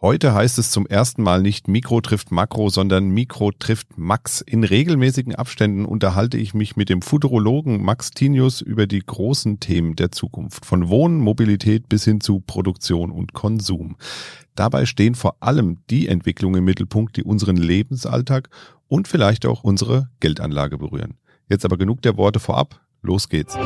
Heute heißt es zum ersten Mal nicht Mikro trifft Makro, sondern Mikro trifft Max. In regelmäßigen Abständen unterhalte ich mich mit dem Futurologen Max Tinius über die großen Themen der Zukunft, von Wohnen, Mobilität bis hin zu Produktion und Konsum. Dabei stehen vor allem die Entwicklungen im Mittelpunkt, die unseren Lebensalltag und vielleicht auch unsere Geldanlage berühren. Jetzt aber genug der Worte vorab, los geht's.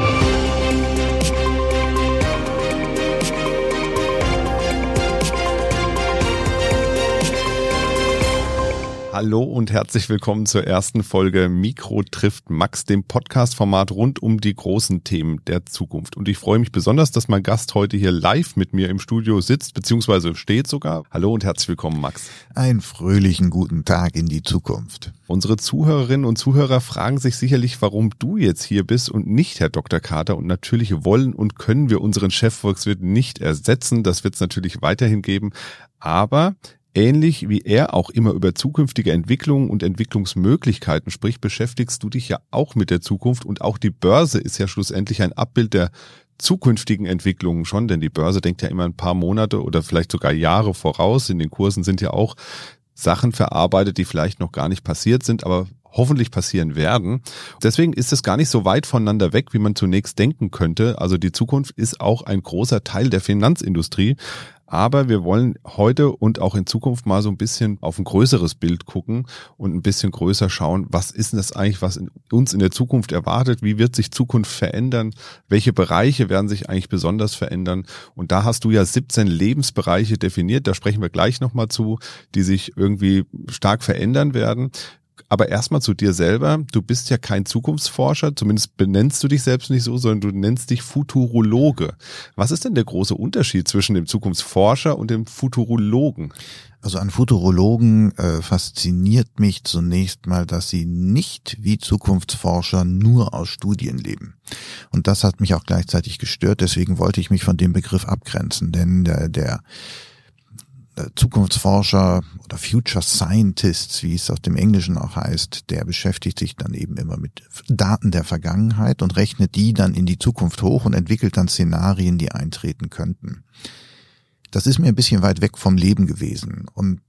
Hallo und herzlich willkommen zur ersten Folge Mikro trifft Max, dem Podcast-Format rund um die großen Themen der Zukunft. Und ich freue mich besonders, dass mein Gast heute hier live mit mir im Studio sitzt, beziehungsweise steht sogar. Hallo und herzlich willkommen, Max. Einen fröhlichen guten Tag in die Zukunft. Unsere Zuhörerinnen und Zuhörer fragen sich sicherlich, warum du jetzt hier bist und nicht Herr Dr. Kater. Und natürlich wollen und können wir unseren Chefvolkswirt nicht ersetzen. Das wird es natürlich weiterhin geben. Aber ähnlich wie er auch immer über zukünftige Entwicklungen und Entwicklungsmöglichkeiten spricht, beschäftigst du dich ja auch mit der Zukunft, und auch die Börse ist ja schlussendlich ein Abbild der zukünftigen Entwicklungen schon, denn die Börse denkt ja immer ein paar Monate oder vielleicht sogar Jahre voraus. In den Kursen sind ja auch Sachen verarbeitet, die vielleicht noch gar nicht passiert sind, aber hoffentlich passieren werden. Deswegen ist es gar nicht so weit voneinander weg, wie man zunächst denken könnte. Also die Zukunft ist auch ein großer Teil der Finanzindustrie. Aber wir wollen heute und auch in Zukunft mal so ein bisschen auf ein größeres Bild gucken und ein bisschen größer schauen, was ist denn das eigentlich, was uns in der Zukunft erwartet? Wie wird sich Zukunft verändern? Welche Bereiche werden sich eigentlich besonders verändern? Und da hast du ja 17 Lebensbereiche definiert, da sprechen wir gleich nochmal zu, die sich irgendwie stark verändern werden. Aber erstmal zu dir selber. Du bist ja kein Zukunftsforscher, zumindest benennst du dich selbst nicht so, sondern du nennst dich Futurologe. Was ist denn der große Unterschied zwischen dem Zukunftsforscher und dem Futurologen? Also an Futurologen fasziniert mich zunächst mal, dass sie nicht wie Zukunftsforscher nur aus Studien leben. Und das hat mich auch gleichzeitig gestört, deswegen wollte ich mich von dem Begriff abgrenzen, denn der Zukunftsforscher oder Future Scientists, wie es aus dem Englischen auch heißt, der beschäftigt sich dann eben immer mit Daten der Vergangenheit und rechnet die dann in die Zukunft hoch und entwickelt dann Szenarien, die eintreten könnten. Das ist mir ein bisschen weit weg vom Leben gewesen. Und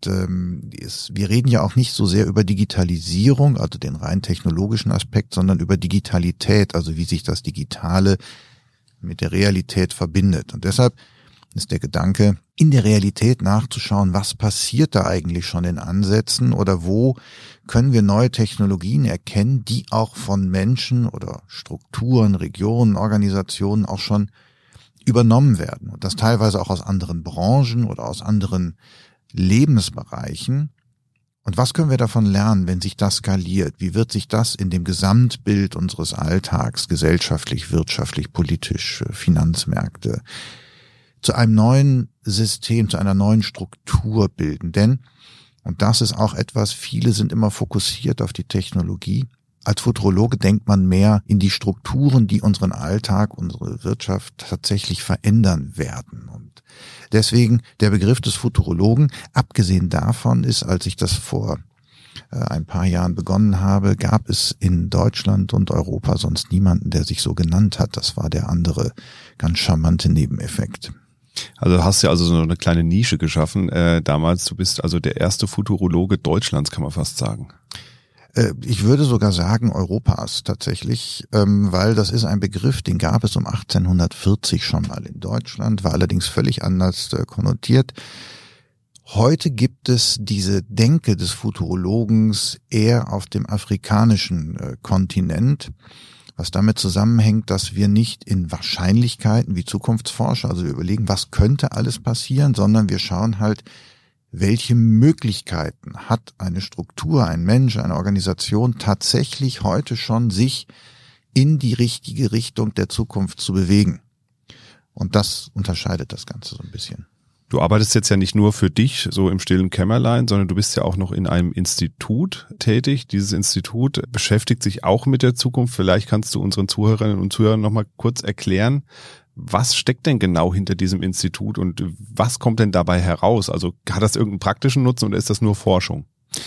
wir reden ja auch nicht so sehr über Digitalisierung, also den rein technologischen Aspekt, sondern über Digitalität, also wie sich das Digitale mit der Realität verbindet. Und deshalb ist der Gedanke, in der Realität nachzuschauen, was passiert da eigentlich schon in Ansätzen oder wo können wir neue Technologien erkennen, die auch von Menschen oder Strukturen, Regionen, Organisationen auch schon übernommen werden. Und das teilweise auch aus anderen Branchen oder aus anderen Lebensbereichen. Und was können wir davon lernen, wenn sich das skaliert? Wie wird sich das in dem Gesamtbild unseres Alltags, gesellschaftlich, wirtschaftlich, politisch, Finanzmärkte, zu einem neuen System, zu einer neuen Struktur bilden? Denn, und das ist auch etwas, viele sind immer fokussiert auf die Technologie. Als Futurologe denkt man mehr in die Strukturen, die unseren Alltag, unsere Wirtschaft tatsächlich verändern werden. Und deswegen der Begriff des Futurologen, abgesehen davon ist, als ich das vor ein paar Jahren begonnen habe, gab es in Deutschland und Europa sonst niemanden, der sich so genannt hat. Das war der andere ganz charmante Nebeneffekt. Also du hast ja also so eine kleine Nische geschaffen damals. Du bist also der erste Futurologe Deutschlands, kann man fast sagen. Ich würde sogar sagen Europas tatsächlich, weil das ist ein Begriff, den gab es um 1840 schon mal in Deutschland, war allerdings völlig anders konnotiert. Heute gibt es diese Denke des Futurologens eher auf dem afrikanischen Kontinent, was damit zusammenhängt, dass wir nicht in Wahrscheinlichkeiten wie Zukunftsforscher, also wir überlegen, was könnte alles passieren, sondern wir schauen halt, welche Möglichkeiten hat eine Struktur, ein Mensch, eine Organisation tatsächlich heute schon, sich in die richtige Richtung der Zukunft zu bewegen. Und das unterscheidet das Ganze so ein bisschen. Du arbeitest jetzt ja nicht nur für dich so im stillen Kämmerlein, sondern du bist ja auch noch in einem Institut tätig. Dieses Institut beschäftigt sich auch mit der Zukunft. Vielleicht kannst du unseren Zuhörerinnen und Zuhörern noch mal kurz erklären, was steckt denn genau hinter diesem Institut und was kommt denn dabei heraus? Also hat das irgendeinen praktischen Nutzen oder ist das nur Forschung?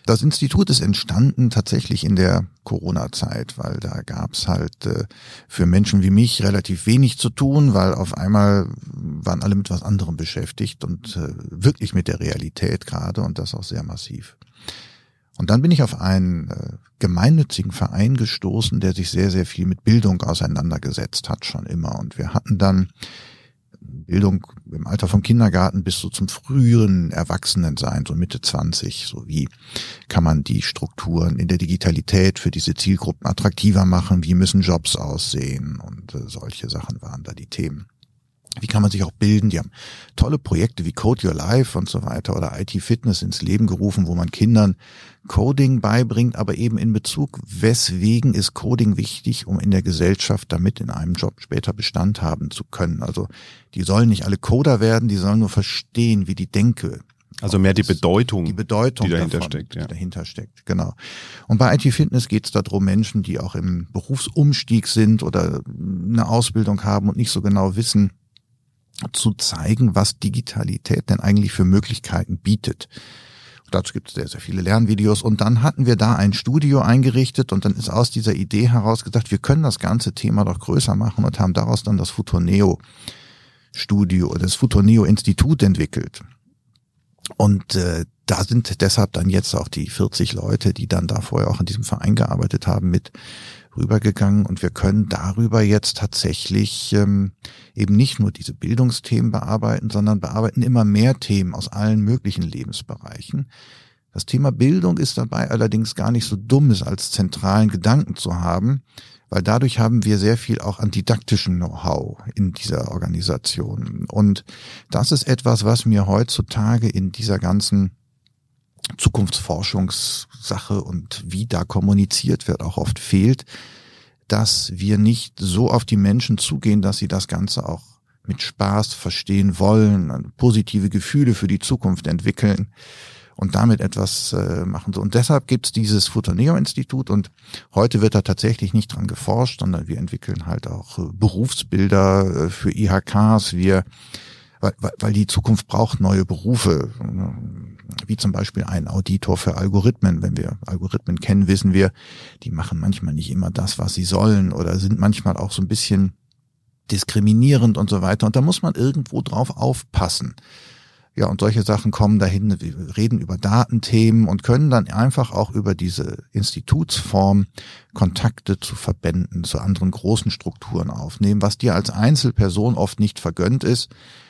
Das Institut ist entstanden tatsächlich in der Corona-Zeit, weil da gab's halt für Menschen wie mich relativ wenig zu tun, weil auf einmal waren alle mit was anderem beschäftigt und wirklich mit der Realität gerade und das auch sehr massiv. Und dann bin ich auf einen gemeinnützigen Verein gestoßen, der sich sehr, sehr viel mit Bildung auseinandergesetzt hat, schon immer. Und wir hatten dann Bildung im Alter vom Kindergarten bis so zum früheren Erwachsenensein, so Mitte 20, so wie kann man die Strukturen in der Digitalität für diese Zielgruppen attraktiver machen, wie müssen Jobs aussehen und solche Sachen waren da die Themen. Wie kann man sich auch bilden? Die haben tolle Projekte wie Code Your Life und so weiter oder IT-Fitness ins Leben gerufen, wo man Kindern Coding beibringt, aber eben in Bezug, weswegen ist Coding wichtig, um in der Gesellschaft damit in einem Job später Bestand haben zu können. Also die sollen nicht alle Coder werden, die sollen nur verstehen, wie die Denke. Also mehr die Bedeutung, die dahinter steckt. Ja. Die dahinter steckt, genau. Und bei IT-Fitness geht es darum, Menschen, die auch im Berufsumstieg sind oder eine Ausbildung haben und nicht so genau wissen, zu zeigen, was Digitalität denn eigentlich für Möglichkeiten bietet. Und dazu gibt es sehr, sehr viele Lernvideos. Und dann hatten wir da ein Studio eingerichtet und dann ist aus dieser Idee heraus gesagt, wir können das ganze Thema doch größer machen und haben daraus dann das Futoneo Studio oder das Futoneo Institut entwickelt. Und da sind deshalb dann jetzt auch die 40 Leute, die dann da vorher auch in diesem Verein gearbeitet haben, mit rübergegangen und wir können darüber jetzt tatsächlich eben nicht nur diese Bildungsthemen bearbeiten, sondern bearbeiten immer mehr Themen aus allen möglichen Lebensbereichen. Das Thema Bildung ist dabei allerdings gar nicht so dumm, es als zentralen Gedanken zu haben, weil dadurch haben wir sehr viel auch an didaktischem Know-how in dieser Organisation. Und das ist etwas, was mir heutzutage in dieser ganzen Zukunftsforschungssache und wie da kommuniziert wird, auch oft fehlt, dass wir nicht so auf die Menschen zugehen, dass sie das Ganze auch mit Spaß verstehen wollen, positive Gefühle für die Zukunft entwickeln und damit etwas machen. Und deshalb gibt es dieses Futoneo-Institut und heute wird da tatsächlich nicht dran geforscht, sondern wir entwickeln halt auch Berufsbilder für IHKs, weil die Zukunft braucht neue Berufe, wie zum Beispiel ein Auditor für Algorithmen. Wenn wir Algorithmen kennen, wissen wir, die machen manchmal nicht immer das, was sie sollen oder sind manchmal auch so ein bisschen diskriminierend und so weiter. Und da muss man irgendwo drauf aufpassen. Ja, und solche Sachen kommen dahin, wir reden über Datenthemen und können dann einfach auch über diese Institutsform Kontakte zu Verbänden, zu anderen großen Strukturen aufnehmen, was dir als Einzelperson oft nicht vergönnt ist,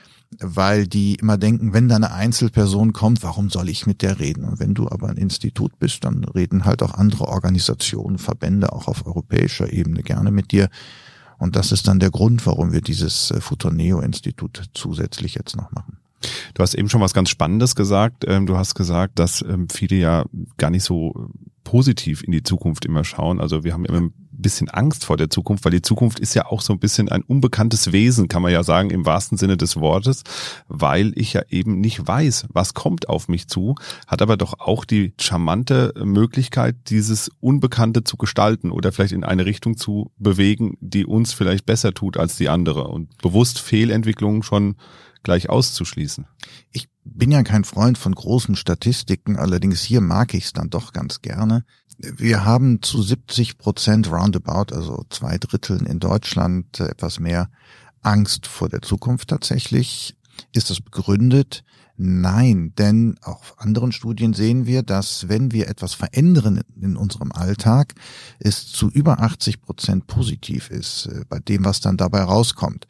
weil die immer denken, wenn da eine Einzelperson kommt, warum soll ich mit der reden? Und wenn du aber ein Institut bist, dann reden halt auch andere Organisationen, Verbände auch auf europäischer Ebene gerne mit dir. Und das ist dann der Grund, warum wir dieses Futoneo-Institut zusätzlich jetzt noch machen. Du hast eben schon was ganz Spannendes gesagt. Du hast gesagt, dass viele ja gar nicht so positiv in die Zukunft immer schauen. Also wir haben immer ein bisschen Angst vor der Zukunft, weil die Zukunft ist ja auch so ein bisschen ein unbekanntes Wesen, kann man ja sagen, im wahrsten Sinne des Wortes, weil ich ja eben nicht weiß, was kommt auf mich zu, hat aber doch auch die charmante Möglichkeit, dieses Unbekannte zu gestalten oder vielleicht in eine Richtung zu bewegen, die uns vielleicht besser tut als die andere und bewusst Fehlentwicklungen schon gleich auszuschließen. Ich bin ja kein Freund von großen Statistiken, allerdings hier mag ich es dann doch ganz gerne. Wir haben zu 70% roundabout, also 2/3 in Deutschland, etwas mehr Angst vor der Zukunft tatsächlich. Ist das begründet? Nein, denn auch auf anderen Studien sehen wir, dass wenn wir etwas verändern in unserem Alltag, es zu über 80% positiv ist bei dem, was dann dabei rauskommt.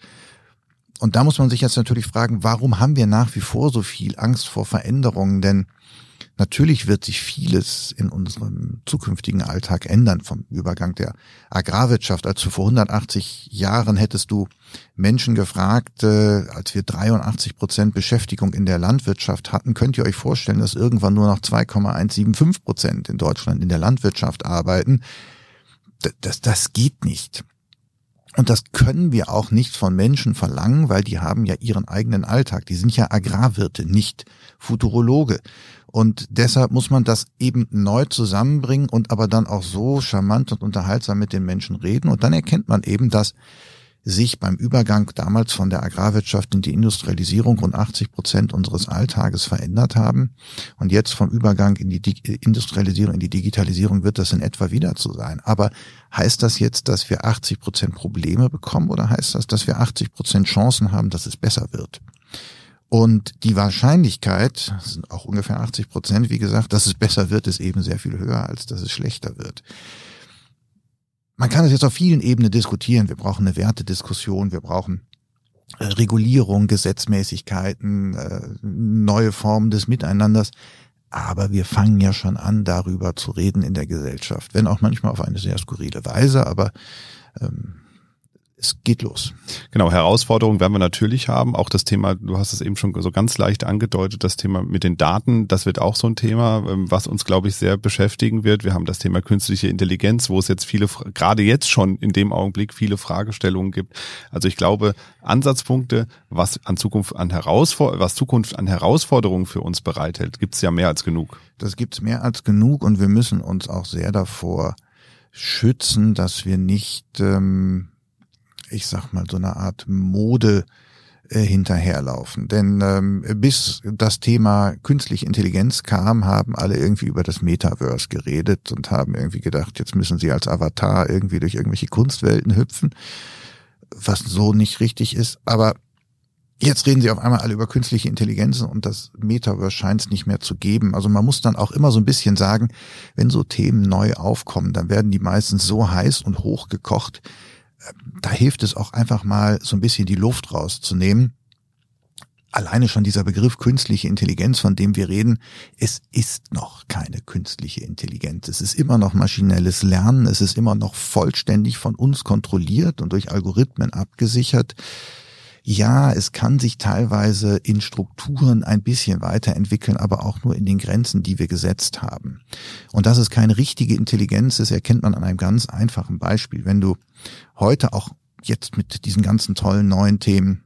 Und da muss man sich jetzt natürlich fragen, warum haben wir nach wie vor so viel Angst vor Veränderungen? Denn natürlich wird sich vieles in unserem zukünftigen Alltag ändern vom Übergang der Agrarwirtschaft. Also vor 180 Jahren hättest du Menschen gefragt, als wir 83% Beschäftigung in der Landwirtschaft hatten, könnt ihr euch vorstellen, dass irgendwann nur noch 2,175% in Deutschland in der Landwirtschaft arbeiten? Das geht nicht. Und das können wir auch nicht von Menschen verlangen, weil die haben ja ihren eigenen Alltag. Die sind ja Agrarwirte, nicht Futurologe. Und deshalb muss man das eben neu zusammenbringen und aber dann auch so charmant und unterhaltsam mit den Menschen reden. Und dann erkennt man eben, dass sich beim Übergang damals von der Agrarwirtschaft in die Industrialisierung rund 80% unseres Alltages verändert haben. Und jetzt vom Übergang in die Industrialisierung, in die Digitalisierung wird das in etwa wieder so sein. Aber heißt das jetzt, dass wir 80% Probleme bekommen oder heißt das, dass wir 80% Chancen haben, dass es besser wird? Und die Wahrscheinlichkeit, das sind auch ungefähr 80%, wie gesagt, dass es besser wird, ist eben sehr viel höher, als dass es schlechter wird. Man kann es jetzt auf vielen Ebenen diskutieren. Wir brauchen eine Wertediskussion, wir brauchen Regulierung, Gesetzmäßigkeiten, neue Formen des Miteinanders. Aber wir fangen ja schon an, darüber zu reden in der Gesellschaft. Wenn auch manchmal auf eine sehr skurrile Weise, aber es geht los. Genau, Herausforderungen werden wir natürlich haben. Auch das Thema, du hast es eben schon so ganz leicht angedeutet, das Thema mit den Daten, das wird auch so ein Thema, was uns, glaube ich, sehr beschäftigen wird. Wir haben das Thema künstliche Intelligenz, wo es jetzt gerade jetzt schon in dem Augenblick viele Fragestellungen gibt. Also ich glaube, Ansatzpunkte, was Zukunft an Herausforderungen für uns bereithält, gibt es ja mehr als genug. Das gibt es mehr als genug und wir müssen uns auch sehr davor schützen, dass wir nicht ich sag mal, so eine Art Mode hinterherlaufen. Denn bis das Thema künstliche Intelligenz kam, haben alle irgendwie über das Metaverse geredet und haben irgendwie gedacht, jetzt müssen sie als Avatar irgendwie durch irgendwelche Kunstwelten hüpfen, was so nicht richtig ist. Aber jetzt reden sie auf einmal alle über künstliche Intelligenzen und das Metaverse scheint es nicht mehr zu geben. Also man muss dann auch immer so ein bisschen sagen, wenn so Themen neu aufkommen, dann werden die meistens so heiß und hochgekocht. Da hilft es auch einfach mal so ein bisschen die Luft rauszunehmen. Alleine schon dieser Begriff künstliche Intelligenz, von dem wir reden, es ist noch keine künstliche Intelligenz. Es ist immer noch maschinelles Lernen, es ist immer noch vollständig von uns kontrolliert und durch Algorithmen abgesichert. Ja, es kann sich teilweise in Strukturen ein bisschen weiterentwickeln, aber auch nur in den Grenzen, die wir gesetzt haben. Und dass es keine richtige Intelligenz ist, erkennt man an einem ganz einfachen Beispiel. Wenn du heute auch jetzt mit diesen ganzen tollen neuen Themen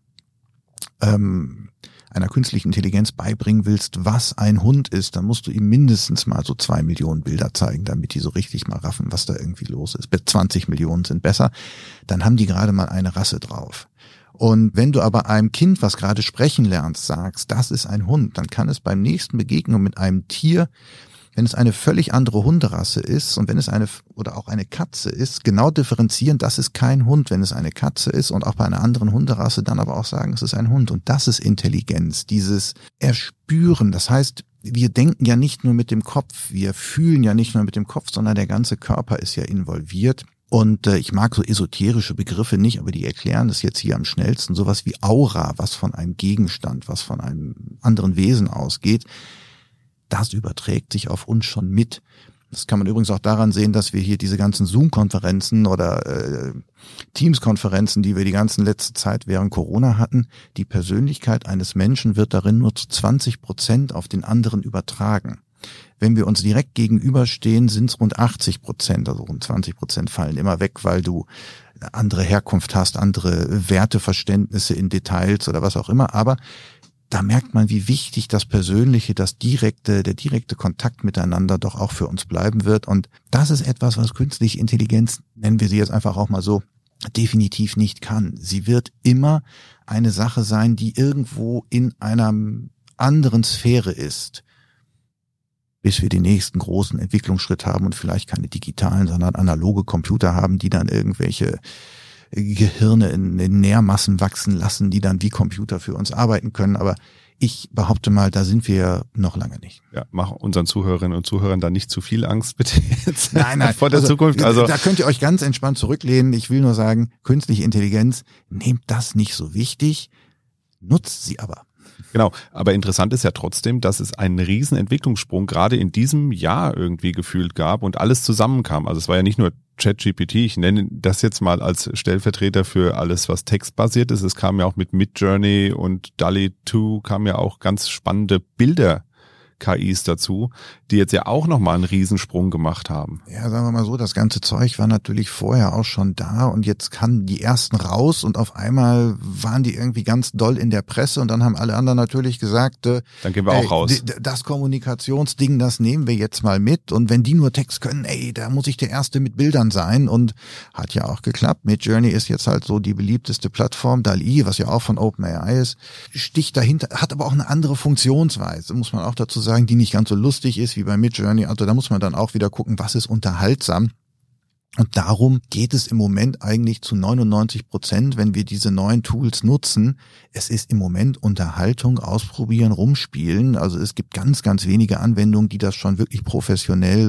einer künstlichen Intelligenz beibringen willst, was ein Hund ist, dann musst du ihm mindestens mal so 2 Millionen Bilder zeigen, damit die so richtig mal raffen, was da irgendwie los ist. 20 Millionen sind besser, dann haben die gerade mal eine Rasse drauf. Und wenn du aber einem Kind, was gerade sprechen lernt, sagst, das ist ein Hund, dann kann es beim nächsten Begegnung mit einem Tier, wenn es eine völlig andere Hunderasse ist und wenn es oder auch eine Katze ist, genau differenzieren, das ist kein Hund, wenn es eine Katze ist und auch bei einer anderen Hunderasse dann aber auch sagen, es ist ein Hund. Und das ist Intelligenz, dieses Erspüren. Das heißt, wir denken ja nicht nur mit dem Kopf, wir fühlen ja nicht nur mit dem Kopf, sondern der ganze Körper ist ja involviert. Und ich mag so esoterische Begriffe nicht, aber die erklären das jetzt hier am schnellsten. Sowas wie Aura, was von einem Gegenstand, was von einem anderen Wesen ausgeht, das überträgt sich auf uns schon mit. Das kann man übrigens auch daran sehen, dass wir hier diese ganzen Zoom-Konferenzen oder Teams-Konferenzen, die wir die ganze letzte Zeit während Corona hatten, die Persönlichkeit eines Menschen wird darin nur zu 20% auf den anderen übertragen. Wenn wir uns direkt gegenüberstehen, sind es rund 80%, also rund 20% fallen immer weg, weil du andere Herkunft hast, andere Werteverständnisse in Details oder was auch immer. Aber da merkt man, wie wichtig das Persönliche, der direkte Kontakt miteinander doch auch für uns bleiben wird. Und das ist etwas, was künstliche Intelligenz, nennen wir sie jetzt einfach auch mal so, definitiv nicht kann. Sie wird immer eine Sache sein, die irgendwo in einer anderen Sphäre ist, bis wir den nächsten großen Entwicklungsschritt haben und vielleicht keine digitalen, sondern analoge Computer haben, die dann irgendwelche Gehirne in Nährmassen wachsen lassen, die dann wie Computer für uns arbeiten können. Aber ich behaupte mal, da sind wir noch lange nicht. Ja, mach unseren Zuhörerinnen und Zuhörern da nicht zu viel Angst, bitte jetzt. Nein, vor der Zukunft. Also da könnt ihr euch ganz entspannt zurücklehnen. Ich will nur sagen, künstliche Intelligenz, nehmt das nicht so wichtig, nutzt sie aber. Genau, aber interessant ist ja trotzdem, dass es einen riesen Entwicklungssprung gerade in diesem Jahr irgendwie gefühlt gab und alles zusammenkam. Also es war ja nicht nur ChatGPT, ich nenne das jetzt mal als Stellvertreter für alles, was textbasiert ist. Es kam ja auch mit Midjourney und DALL-E 2 kamen ja auch ganz spannende Bilder KIs dazu, die jetzt ja auch nochmal einen Riesensprung gemacht haben. Ja, sagen wir mal so, das ganze Zeug war natürlich vorher auch schon da und jetzt kamen die ersten raus und auf einmal waren die irgendwie ganz doll in der Presse und dann haben alle anderen natürlich gesagt, dann gehen wir auch raus. Das Kommunikationsding, das nehmen wir jetzt mal mit und wenn die nur Text können, da muss ich der Erste mit Bildern sein und hat ja auch geklappt. Midjourney ist jetzt halt so die beliebteste Plattform, DALL-E, was ja auch von OpenAI ist, sticht dahinter, hat aber auch eine andere Funktionsweise, muss man auch dazu sagen, die nicht ganz so lustig ist wie bei Midjourney. Also da muss man dann auch wieder gucken, was ist unterhaltsam. Und darum geht es im Moment eigentlich zu 99%, wenn wir diese neuen Tools nutzen. Es ist im Moment Unterhaltung, ausprobieren, rumspielen. Also es gibt ganz, ganz wenige Anwendungen, die das schon wirklich professionell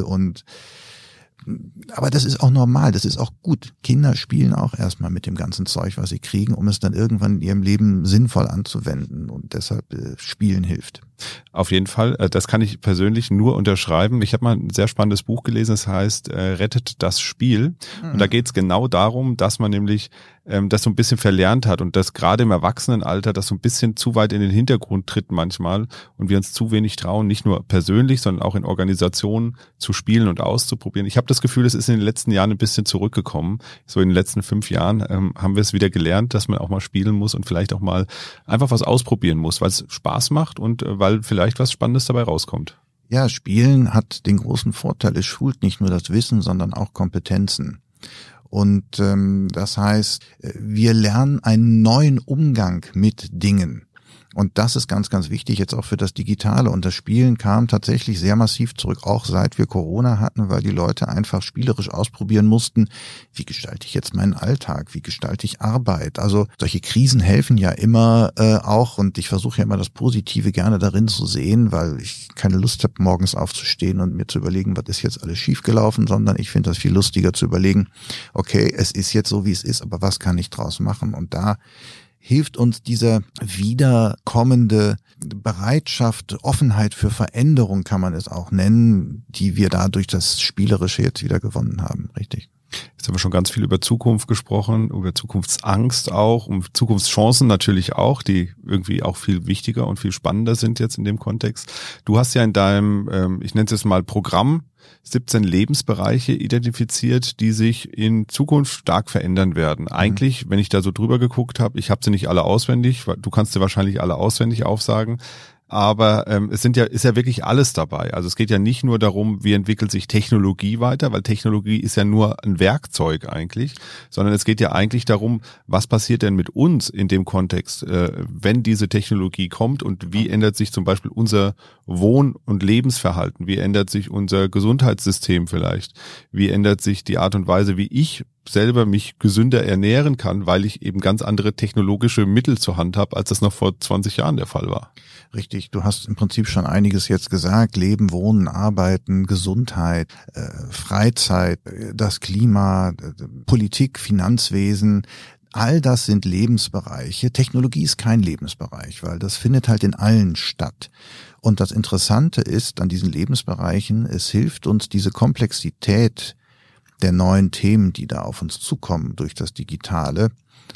aber das ist auch normal, das ist auch gut. Kinder spielen auch erstmal mit dem ganzen Zeug, was sie kriegen, um es dann irgendwann in ihrem Leben sinnvoll anzuwenden und deshalb Spielen hilft. Auf jeden Fall, das kann ich persönlich nur unterschreiben. Ich habe mal ein sehr spannendes Buch gelesen, das heißt Rettet das Spiel. Und da geht es genau darum, dass man nämlich das so ein bisschen verlernt hat und das gerade im Erwachsenenalter das so ein bisschen zu weit in den Hintergrund tritt manchmal und wir uns zu wenig trauen, nicht nur persönlich, sondern auch in Organisationen zu spielen und auszuprobieren. Ich habe das Gefühl, es ist in den letzten Jahren ein bisschen zurückgekommen. So in den letzten 5 Jahren haben wir es wieder gelernt, dass man auch mal spielen muss und vielleicht auch mal einfach was ausprobieren muss, weil es Spaß macht und weil vielleicht was Spannendes dabei rauskommt. Ja, Spielen hat den großen Vorteil, es schult nicht nur das Wissen, sondern auch Kompetenzen. Und das heißt, wir lernen einen neuen Umgang mit Dingen. Und das ist ganz, ganz wichtig jetzt auch für das Digitale. Und das Spielen kam tatsächlich sehr massiv zurück, auch seit wir Corona hatten, weil die Leute einfach spielerisch ausprobieren mussten, wie gestalte ich jetzt meinen Alltag, wie gestalte ich Arbeit. Also solche Krisen helfen ja immer auch und ich versuche ja immer das Positive gerne darin zu sehen, weil ich keine Lust habe, morgens aufzustehen und mir zu überlegen, was ist jetzt alles schiefgelaufen, sondern ich finde das viel lustiger zu überlegen, okay, es ist jetzt so, wie es ist, aber was kann ich draus machen? Und da hilft uns diese wiederkommende Bereitschaft, Offenheit für Veränderung kann man es auch nennen, die wir da durch das Spielerische jetzt wieder gewonnen haben, richtig? Jetzt haben wir schon ganz viel über Zukunft gesprochen, über Zukunftsangst auch, um Zukunftschancen natürlich auch, die irgendwie auch viel wichtiger und viel spannender sind jetzt in dem Kontext. Du hast ja in deinem, ich nenne es jetzt mal Programm, 17 Lebensbereiche identifiziert, die sich in Zukunft stark verändern werden. Eigentlich, wenn ich da so drüber geguckt habe, ich habe sie nicht alle auswendig, du kannst sie wahrscheinlich alle auswendig aufsagen, aber ist ja wirklich alles dabei. Also es geht ja nicht nur darum, wie entwickelt sich Technologie weiter, weil Technologie ist ja nur ein Werkzeug eigentlich, sondern es geht ja eigentlich darum, was passiert denn mit uns in dem Kontext, wenn diese Technologie kommt und wie ändert sich zum Beispiel unser Wohn- und Lebensverhalten, wie ändert sich unser Gesundheitssystem vielleicht, wie ändert sich die Art und Weise, wie ich selber mich gesünder ernähren kann, weil ich eben ganz andere technologische Mittel zur Hand habe, als das noch vor 20 Jahren der Fall war. Richtig, du hast im Prinzip schon einiges jetzt gesagt. Leben, Wohnen, Arbeiten, Gesundheit, Freizeit, das Klima, Politik, Finanzwesen. All das sind Lebensbereiche. Technologie ist kein Lebensbereich, weil das findet halt in allen statt. Und das Interessante ist an diesen Lebensbereichen, es hilft uns, diese Komplexität der neuen Themen, die da auf uns zukommen durch das Digitale,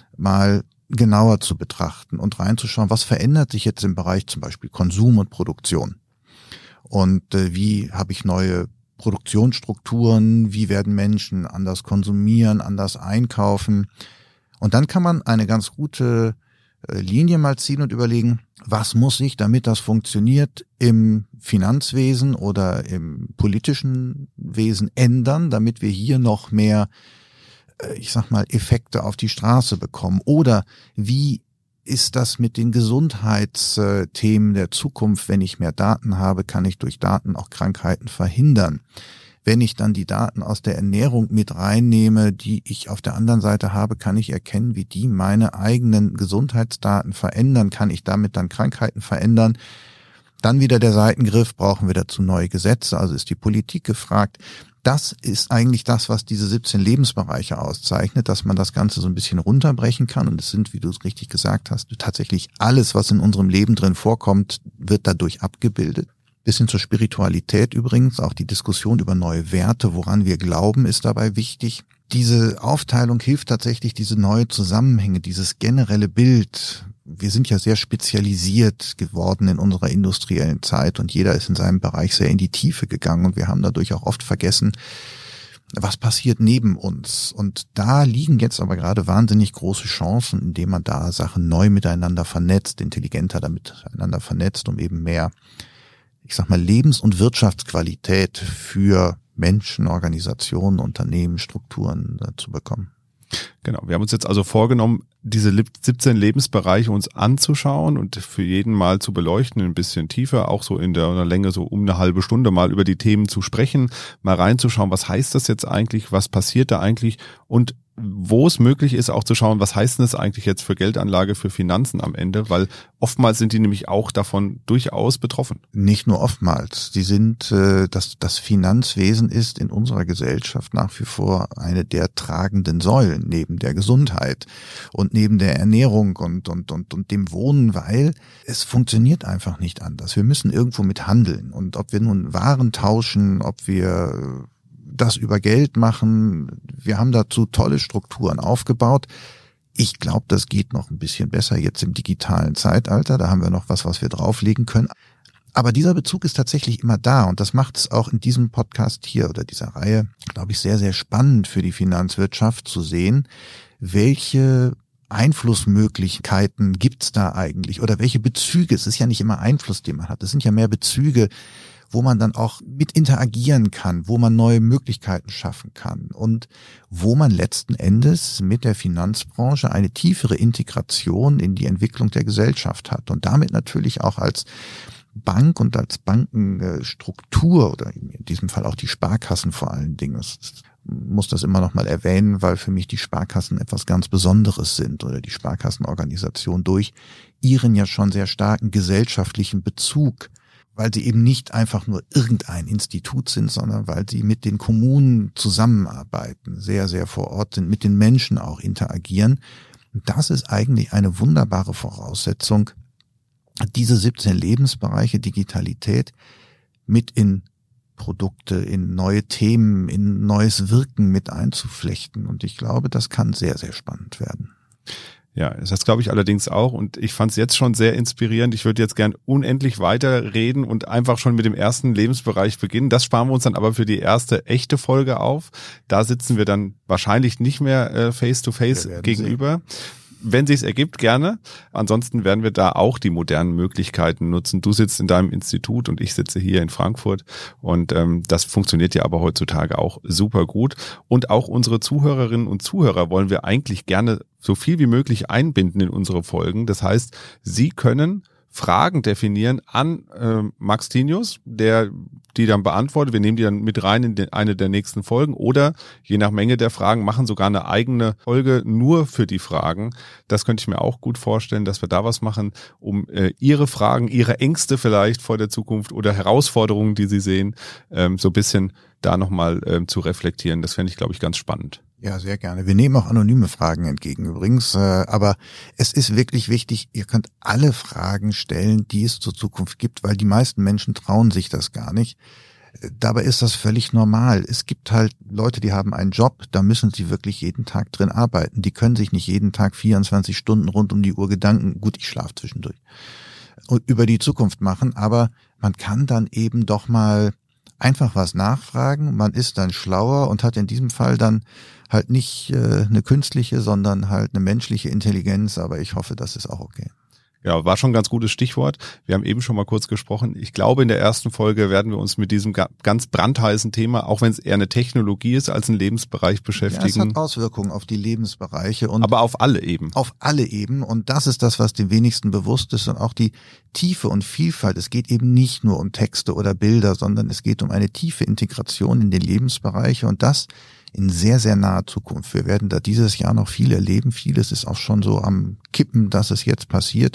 mal genauer zu betrachten und reinzuschauen, was verändert sich jetzt im Bereich zum Beispiel Konsum und Produktion und wie habe ich neue Produktionsstrukturen, wie werden Menschen anders konsumieren, anders einkaufen und dann kann man eine ganz gute Linie mal ziehen und überlegen, was muss ich, damit das funktioniert, im Finanzwesen oder im politischen Wesen ändern, damit wir hier noch mehr ich sag mal, Effekte auf die Straße bekommen? Oder wie ist das mit den Gesundheitsthemen der Zukunft? Wenn ich mehr Daten habe, kann ich durch Daten auch Krankheiten verhindern. Wenn ich dann die Daten aus der Ernährung mit reinnehme, die ich auf der anderen Seite habe, kann ich erkennen, wie die meine eigenen Gesundheitsdaten verändern. Kann ich damit dann Krankheiten verändern? Dann wieder der Seitengriff, brauchen wir dazu neue Gesetze, also ist die Politik gefragt. Das ist eigentlich das, was diese 17 Lebensbereiche auszeichnet, dass man das Ganze so ein bisschen runterbrechen kann. Und es sind, wie du es richtig gesagt hast, tatsächlich alles, was in unserem Leben drin vorkommt, wird dadurch abgebildet. Bis hin zur Spiritualität übrigens, auch die Diskussion über neue Werte, woran wir glauben, ist dabei wichtig. diese Aufteilung hilft tatsächlich, diese neue Zusammenhänge, dieses generelle Bild. Wir sind ja sehr spezialisiert geworden in unserer industriellen Zeit und jeder ist in seinem Bereich sehr in die Tiefe gegangen und wir haben dadurch auch oft vergessen, was passiert neben uns. Und da liegen jetzt aber gerade wahnsinnig große Chancen, indem man da Sachen neu miteinander vernetzt, intelligenter miteinander vernetzt, um eben mehr, ich sag mal, Lebens- und Wirtschaftsqualität für Menschen, Organisationen, Unternehmen, Strukturen zu bekommen. Genau, wir haben uns jetzt also vorgenommen, diese 17 Lebensbereiche uns anzuschauen und für jeden mal zu beleuchten, ein bisschen tiefer, auch so in der Länge so um eine halbe Stunde mal über die Themen zu sprechen, mal reinzuschauen, was heißt das jetzt eigentlich, was passiert da eigentlich und wo es möglich ist, auch zu schauen, was heißt denn das eigentlich jetzt für Geldanlage, für Finanzen am Ende, weil oftmals sind die nämlich auch davon durchaus betroffen. Nicht nur oftmals, die sind, das Finanzwesen ist in unserer Gesellschaft nach wie vor eine der tragenden Säulen neben der Gesundheit und neben der Ernährung und dem Wohnen, weil es funktioniert einfach nicht anders. Wir müssen irgendwo mit handeln und ob wir nun Waren tauschen, ob wir das über Geld machen. Wir haben dazu tolle Strukturen aufgebaut. Ich glaube, das geht noch ein bisschen besser jetzt im digitalen Zeitalter. Da haben wir noch was wir drauflegen können. Aber dieser Bezug ist tatsächlich immer da und das macht es auch in diesem Podcast hier oder dieser Reihe, glaube ich, sehr, sehr spannend für die Finanzwirtschaft zu sehen, welche Einflussmöglichkeiten gibt's da eigentlich oder welche Bezüge. Es ist ja nicht immer Einfluss, den man hat. Es sind ja mehr Bezüge, wo man dann auch mit interagieren kann, wo man neue Möglichkeiten schaffen kann und wo man letzten Endes mit der Finanzbranche eine tiefere Integration in die Entwicklung der Gesellschaft hat und damit natürlich auch als Bank und als Bankenstruktur oder in diesem Fall auch die Sparkassen vor allen Dingen. Ich muss das immer noch mal erwähnen, weil für mich die Sparkassen etwas ganz Besonderes sind oder die Sparkassenorganisation durch ihren ja schon sehr starken gesellschaftlichen Bezug, weil sie eben nicht einfach nur irgendein Institut sind, sondern weil sie mit den Kommunen zusammenarbeiten, sehr, sehr vor Ort sind, mit den Menschen auch interagieren. Und das ist eigentlich eine wunderbare Voraussetzung, diese 17 Lebensbereiche Digitalität mit in Produkte, in neue Themen, in neues Wirken mit einzuflechten. Und ich glaube, das kann sehr, sehr spannend werden. Ja, das glaube ich allerdings auch und ich fand es jetzt schon sehr inspirierend. Ich würde jetzt gern unendlich weiterreden und einfach schon mit dem ersten Lebensbereich beginnen. Das sparen wir uns dann aber für die erste echte Folge auf. Da sitzen wir dann wahrscheinlich nicht mehr face-to-face gegenüber. Wenn sich's ergibt, gerne. Ansonsten werden wir da auch die modernen Möglichkeiten nutzen. Du sitzt in deinem Institut und ich sitze hier in Frankfurt und das funktioniert ja aber heutzutage auch super gut. Und auch unsere Zuhörerinnen und Zuhörer wollen wir eigentlich gerne so viel wie möglich einbinden in unsere Folgen. Das heißt, Sie können Fragen definieren an Max Tinius, die dann beantwortet. Wir nehmen die dann mit rein in eine der nächsten Folgen oder je nach Menge der Fragen machen sogar eine eigene Folge nur für die Fragen. Das könnte ich mir auch gut vorstellen, dass wir da was machen, um Ihre Fragen, Ihre Ängste vielleicht vor der Zukunft oder Herausforderungen, die Sie sehen, so ein bisschen da nochmal zu reflektieren. Das fände ich, glaube ich, ganz spannend. Ja, sehr gerne. Wir nehmen auch anonyme Fragen entgegen übrigens, aber es ist wirklich wichtig, ihr könnt alle Fragen stellen, die es zur Zukunft gibt, weil die meisten Menschen trauen sich das gar nicht. Dabei ist das völlig normal. Es gibt halt Leute, die haben einen Job, da müssen sie wirklich jeden Tag drin arbeiten. Die können sich nicht jeden Tag 24 Stunden rund um die Uhr Gedanken, gut, ich schlafe zwischendurch, und über die Zukunft machen, aber man kann dann eben doch mal einfach was nachfragen, man ist dann schlauer und hat in diesem Fall dann halt nicht eine künstliche, sondern halt eine menschliche Intelligenz, aber ich hoffe, das ist auch okay. Ja, war schon ein ganz gutes Stichwort. Wir haben eben schon mal kurz gesprochen. Ich glaube, in der ersten Folge werden wir uns mit diesem ganz brandheißen Thema, auch wenn es eher eine Technologie ist, als ein Lebensbereich beschäftigen. Ja, es hat Auswirkungen auf die Lebensbereiche. Aber auf alle eben. Auf alle eben. Und das ist das, was den wenigsten bewusst ist. Und auch die Tiefe und Vielfalt. Es geht eben nicht nur um Texte oder Bilder, sondern es geht um eine tiefe Integration in den Lebensbereiche. Und das in sehr, sehr naher Zukunft. Wir werden da dieses Jahr noch viel erleben. Vieles ist auch schon so am Kippen, dass es jetzt passiert.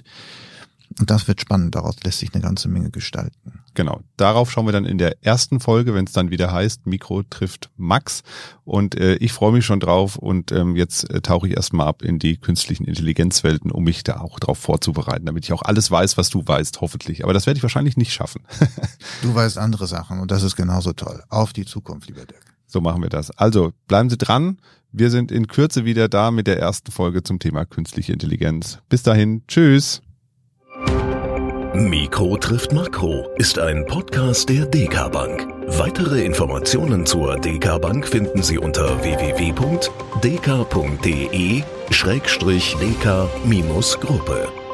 Und das wird spannend. Daraus lässt sich eine ganze Menge gestalten. Genau. Darauf schauen wir dann in der ersten Folge, wenn es dann wieder heißt, Mikro trifft Max. Und ich freue mich schon drauf. Und jetzt tauche ich erstmal ab in die künstlichen Intelligenzwelten, um mich da auch drauf vorzubereiten, damit ich auch alles weiß, was du weißt, hoffentlich. Aber das werde ich wahrscheinlich nicht schaffen. Du weißt andere Sachen und das ist genauso toll. Auf die Zukunft, lieber Dirk. So machen wir das. Also bleiben Sie dran. Wir sind in Kürze wieder da mit der ersten Folge zum Thema künstliche Intelligenz. Bis dahin, tschüss. Mikro trifft Makro ist ein Podcast der DK Bank. Weitere Informationen zur DK Bank finden Sie unter www.dk.de/dk-gruppe.